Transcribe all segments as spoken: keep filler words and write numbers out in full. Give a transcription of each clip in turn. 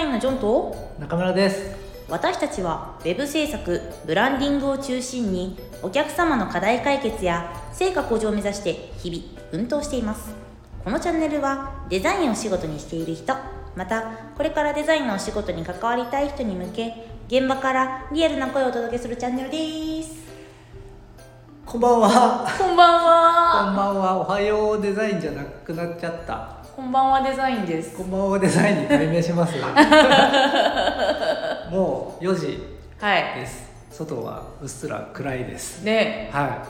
インのジョンと中村です。 私たちはウェブ制作、ブランディングを中心にお客様の課題解決や成果向上を目指して日々奮闘しています。このチャンネルはデザインを仕事にしている人、またこれからデザインのお仕事に関わりたい人に向け、現場からリアルな声をお届けするチャンネルです。 こんばんは。 こんばんは。 こんばんは。おはようデザインじゃなくなっちゃった。 こんばんはデザインです。 こんばんはデザインに改名しますもうよじです、 はい、 外はうっすら暗いですね。 はい。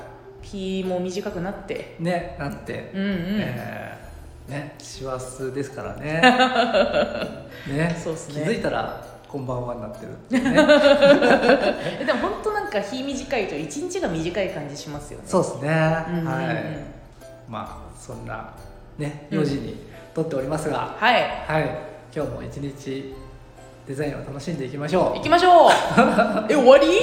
日も短くなってね、なって、うんうん、えー、ね、師走ですからねね、 そうっすね。 気づいたらこんばんはになってるってねでも本当なんか日短いと一日が短い感じしますよね。 そうですね、うんうんうん、はい。まあそんなねよじに撮っておりますが、 うん、はい、 はい、今日も一日デザインを楽しんでいきましょう。 行きましょうえ、終わり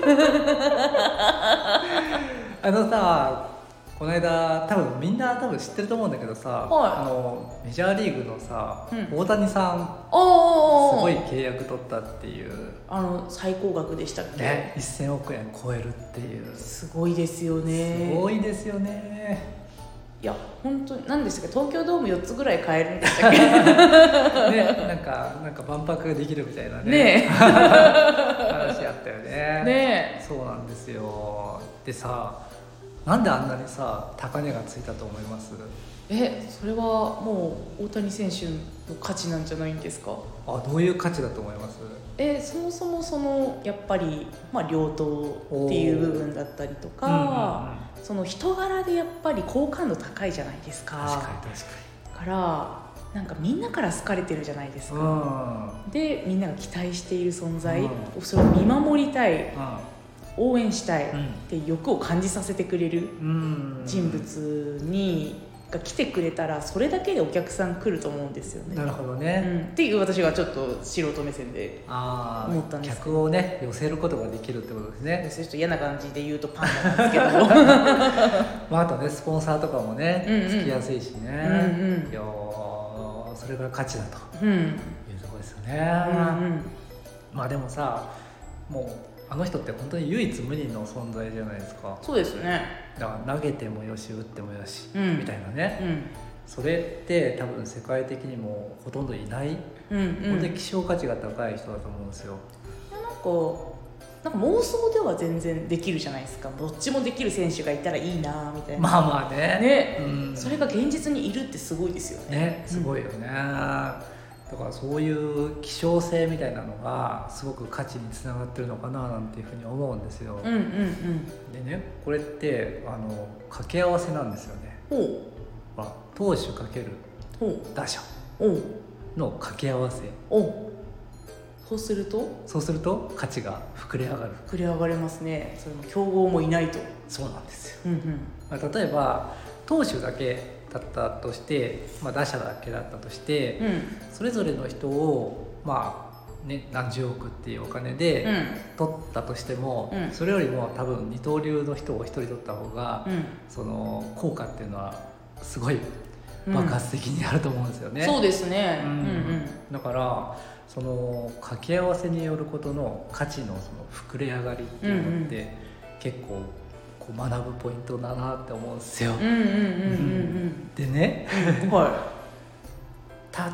あのさ、この間多分みんな多分知ってると思うんだけどさ、はい、あのメジャーリーグのさ、うん、大谷さんおすごい契約取ったっていう、 あの最高額でしたっけ、 ね、せんおくえん超えるっていう。 すごいですよね。 すごいですよね。 いや本当なんですけど、東京ドームよっつぐらい買えるんでしたっけね、 なんかなんか万博ができるみたいなねね話あったよね。 ね、 そうなんですよ。でさ、なんであんなにさ高値がついたと思います？ え、それはもう大谷選手の価値なんじゃないんですか？ あ、どういう価値だと思います？え、 そもそもそのやっぱり、まあ、両党っていう部分だったりとか、うんうんうん、その人柄でやっぱり好感度高いじゃないですか。 確かに確かに。からなんかみんなから好かれてるじゃないですか、うん、でみんなが期待している存在、うん、それを見守りたい、うん、応援したいっていう欲を感じさせてくれる人物にが来てくれたら、それだけでお客さん来ると思うんですよね。 なるほどね、 うん、っていう私がちょっと素人目線で思ったんですけど、 客をね寄せることができるってことですね。 ちょっと嫌な感じで言うとパンなんですけどまあ、あとねスポンサーとかもね、うんうん、つきやすいしね、うんうん、いやそれが価値だというところですよね、うんうん、まあでもさ、もうあの人って本当に唯一無二の存在じゃないですか。 そうですね。 だから投げてもよし打ってもよし、うん、みたいなね、うん、それって多分世界的にもほとんどいない、うんうん、本当に希少価値が高い人だと思うんですよ。 なんかなんか妄想では全然できるじゃないですか。どっちもできる選手がいたらいいなみたいな。 まあまあね、 ね、うん、それが現実にいるってすごいですよね。 ね、すごいよね、うん、だからそういう希少性みたいなのがすごく価値につながってるのかななんていうふうに思うんですよ、うんうんうん、でね、これってあの掛け合わせなんですよね。ほう、まあ、投手かける打者の掛け合わせ。 おう、そうするとそうすると価値が膨れ上がる。 膨れ上がりますね。それも競合もいないと。 そうなんですよ、 うんうん、 まあ、例えば投手だけだったとして、まあ、打者だけだったとして、うん、それぞれの人をまあね何十億っていうお金で取ったとしても、うん、それよりも多分二刀流の人を一人取った方が、うん、その効果っていうのはすごい爆発的にあると思うんですよね、 うん、そうですね、うんうん、 だからその掛け合わせによることの価値のその膨れ上がりっていうのって、うんうん、結構こう学ぶポイントだなって思うんですよ。でね、はい、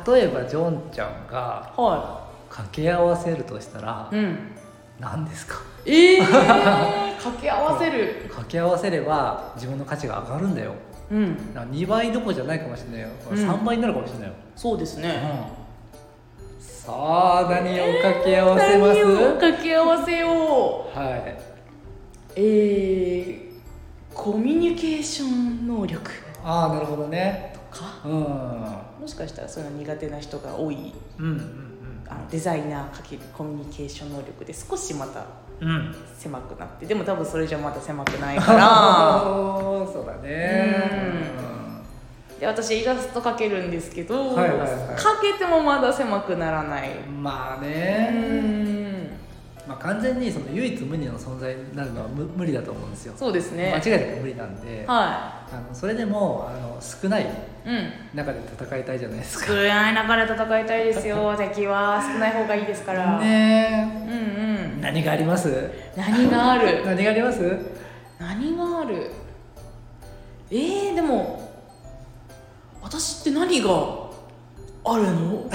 例えばジョンちゃんが掛け合わせるとしたら、はい、何ですか？ えー、掛け合わせる掛け合わせれば自分の価値が上がるんだよ、うん、にばいどころじゃないかもしれないよ、うん、さんばいになるかもしれないよ。 そうですね、 うん、さあ何を掛け合わせます？ えー、何を掛け合わせよう。 はい、 えーコミュニケーション能力。 ああ、なるほどね。 とか、 うん、 もしかしたらそういうの苦手な人が多い、うんうんうん、あのデザイナーかけるコミュニケーション能力で少しまた狭くなって、うん、でも多分それじゃまた狭くないからそうだね、 うん、で私イラスト描けるんですけど、はいはいはい、描けてもまだ狭くならない。 まあね、 うん、 まあ、完全にその唯一無二の存在になるのは無無理だと思うんですよ。 そうですね、 間違いなく無理なんで、 はい、あのそれでもあの少ないうん中で戦いたいじゃないですか。 少ない中で戦いたいですよ敵は少ない方がいいですからねえ、うんうん、 何があります？ 何がある何があります？ 何があるえー、でも私って何があるの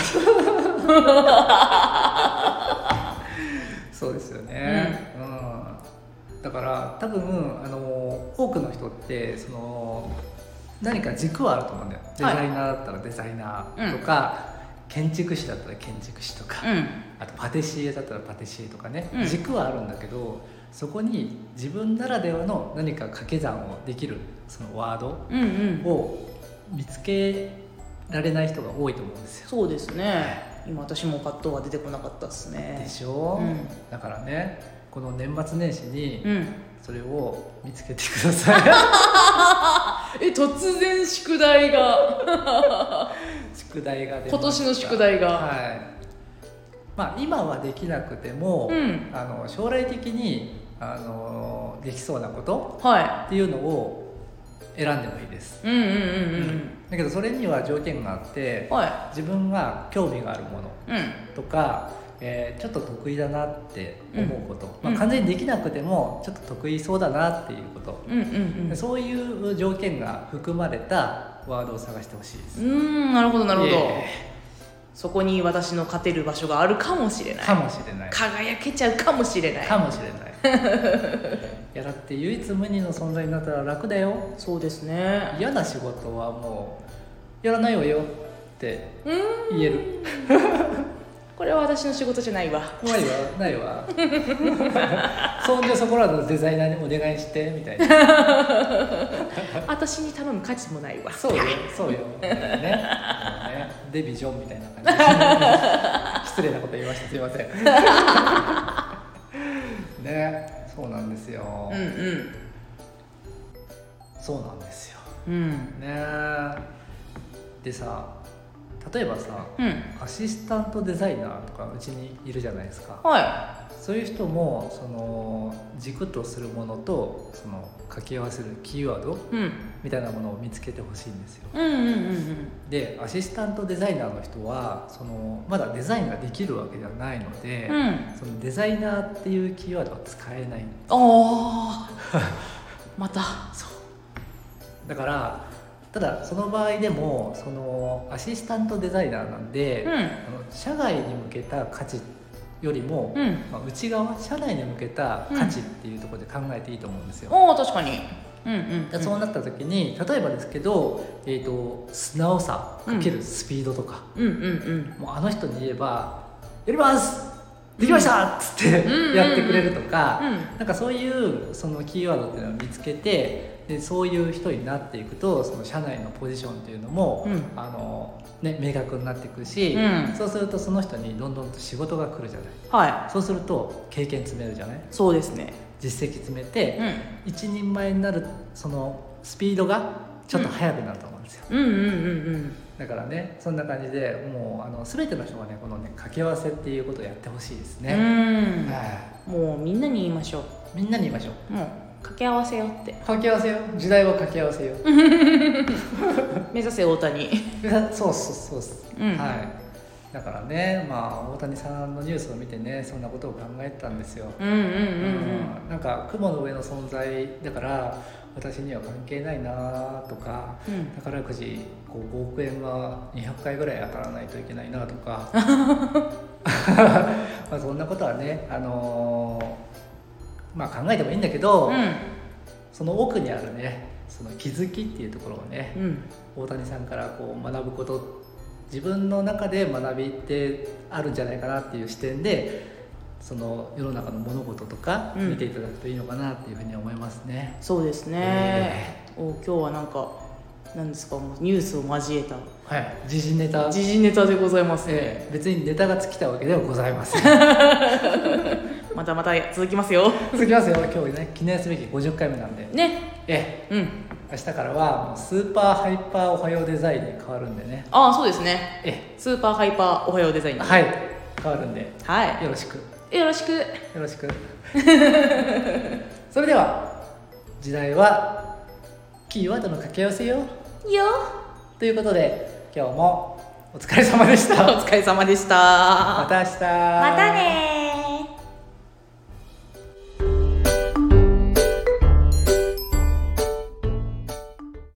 そうですよね、うんうん、だから多分あの多くの人ってその何か軸はあると思うんだよ。デザイナーだったらデザイナーとか、うん、建築士だったら建築士とか、うん、あとパティシエだったらパティシエとかね、うん、軸はあるんだけど、そこに自分ならではの何か掛け算をできるそのワードを見つけられない人が多いと思うんですよ。 そうですね。今私もパッとは出てこなかったですね。 でしょ、うん、だからねこの年末年始にそれを見つけてください、うん、 え突然宿題が宿題が出ました。 今年の宿題が、 はい、まあ、今はできなくても、うん、あの将来的にあのできそうなことっていうのを選んでもいいです。だけどそれには条件があって、はい、自分が興味があるものとか、うん、えー、ちょっと得意だなって思うこと、うん、まあ、完全にできなくてもちょっと得意そうだなっていうこと、うんうんうん、そういう条件が含まれたワードを探してほしいです。 うーん、なるほどなるほど。そこに私の勝てる場所があるかもしれない。 かもしれない。 輝けちゃうかもしれない。 かもしれない。いやだって唯一無二の存在になったら楽だよ。 そうですね。 嫌な仕事はもうやらないわよって言える。 これは私の仕事じゃないわ。 ないわ、ないわ。そんじゃそこらのデザイナーにお願いしてみたいな。 私に頼む価値もないわ。 そうよ、そうよ。ね、ね、デビジョンみたいな感じ。失礼なこと言いました。すいません。ね、そうなんですよ。うんうん。そうなんですよ。うん。ね。でさ。例えばさ、うん、アシスタントデザイナーとかうちにいるじゃないですか、はい、そういう人もその軸とするものとその掛け合わせるキーワード、うん、みたいなものを見つけてほしいんですよ、うんうんうんうん、でアシスタントデザイナーの人はそのまだデザインができるわけではないので、うん、そのデザイナーっていうキーワードは使えないんです。 あまたそうだからただその場合でもそのアシスタントデザイナーなんで、うん、あの社外に向けた価値よりも、うんまあ、内側社内に向けた価値っていうところで考えていいと思うんですよ、 うん、お確かに、うんうんうん、 そうなった時に例えばですけど、えーと、素直さかけるスピードとか、うんうんうんうん、もうあの人に言えばやりますできました、うん、っつってやってくれるとか、うんうんうん、なんかそういうそのキーワードっていうのを見つけてでそういう人になっていくとその社内のポジションっていうのも、うん、あのね、明確になっていくし、うん、そうするとその人にどんどんと仕事が来るじゃない、はい、そうすると経験積めるじゃない。 そうですね。 実績積めて、うん、一人前になるそのスピードがちょっと速くなると思うんですよ、うんうんうんうん、だからねそんな感じでもうあの全ての人がねこのね掛け合わせっていうことをやってほしいですね。うん、 はい、もうみんなに言いましょう。 みんなに言いましょう。もう掛け合わせよって掛け合わせよ時代は掛け合わせよ目指せ大谷そうそうそう、うん、はいだからねまあ大谷さんのニュースを見てねそんなことを考えてたんですよ。うんうんうんうん、うん、なんか雲の上の存在だから私には関係ないなとか、うん、宝くじこうごおくえんはにひゃっかいぐらい当たらないといけないなとかまあそんなことはねあのーまあ考えてもいいんだけど、うん、その奥にあるねその気づきっていうところをね、うん、大谷さんからこう学ぶこと自分の中で学びってあるんじゃないかなっていう視点でその世の中の物事とか見ていただくといいのかなっていうふうに思いますね、 うん、そうですね、えー、お今日はなんか何ですかニュースを交えたはい時事ネタ時事ネタでございますね、 えー、別にネタが尽きたわけではございませんまたまた続きますよ続きますよ今日ね記念すべきごじゅっかいめなんでねえうん明日からはもうスーパーハイパーおはようデザインに変わるんでね。 ああそうですねえスーパーハイパーおはようデザインにはい変わるんで、 はい、 よろしくよろしく。 よろしくそれでは時代はキーワードの掛け合わせよよということで、今日もお疲れ様でしたお疲れ様でした。 また明日。 またね。